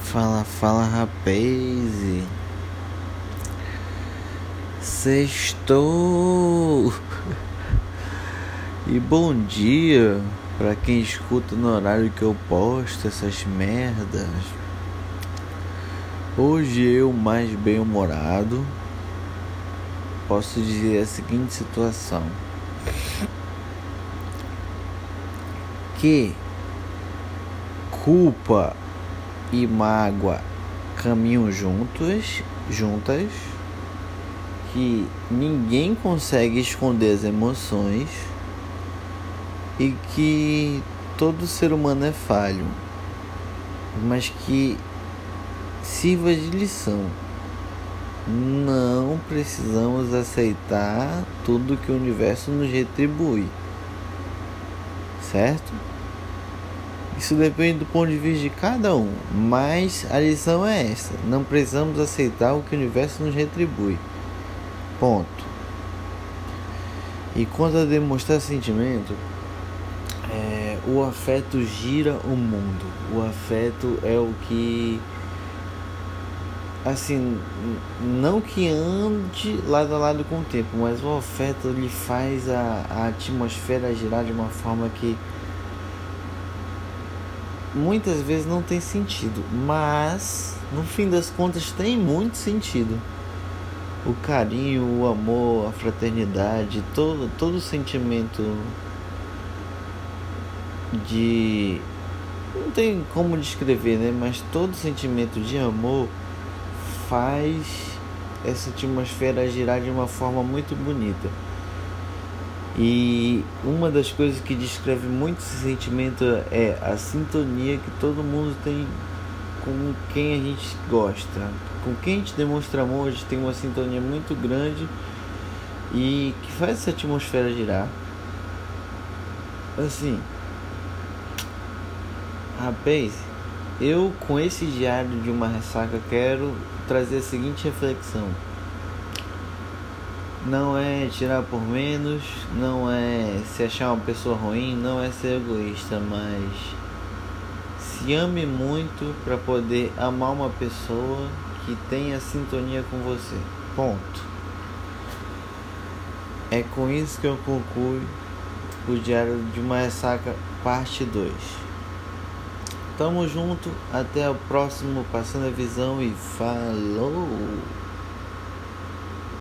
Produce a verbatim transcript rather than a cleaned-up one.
Fala, fala, rapaz. Sextou. E bom dia pra quem escuta no horário que eu posto essas merdas. Hoje eu, mais bem-humorado, posso dizer a seguinte situação: que culpa e mágoa caminham juntos, juntas, que ninguém consegue esconder as emoções e que todo ser humano é falho, mas que sirva de lição. Não precisamos aceitar tudo que o universo nos retribui, certo? Isso depende do ponto de vista de cada um, mas a lição é essa: não precisamos aceitar o que o universo nos retribui. Ponto. E quanto a demonstrar sentimento, é, o afeto gira o mundo. O afeto é o que, assim, não que ande lado a lado com o tempo, mas o afeto ele faz a, a atmosfera girar de uma forma que muitas vezes não tem sentido, mas no fim das contas tem muito sentido. O carinho, o amor, a fraternidade, todo, todo o sentimento de... não tem como descrever, né? Mas todo sentimento de amor faz essa atmosfera girar de uma forma muito bonita. E uma das coisas que descreve muito esse sentimento é a sintonia que todo mundo tem com quem a gente gosta. Com quem a gente demonstra amor, a gente tem uma sintonia muito grande e que faz essa atmosfera girar. Assim, rapaz, eu com esse diário de uma ressaca quero trazer a seguinte reflexão: não é tirar por menos, não é se achar uma pessoa ruim, não é ser egoísta, mas se ame muito para poder amar uma pessoa que tenha sintonia com você. Ponto. É com isso que eu concluo o Diário de uma Ressaca parte dois. Tamo junto, até o próximo Passando a Visão e falou!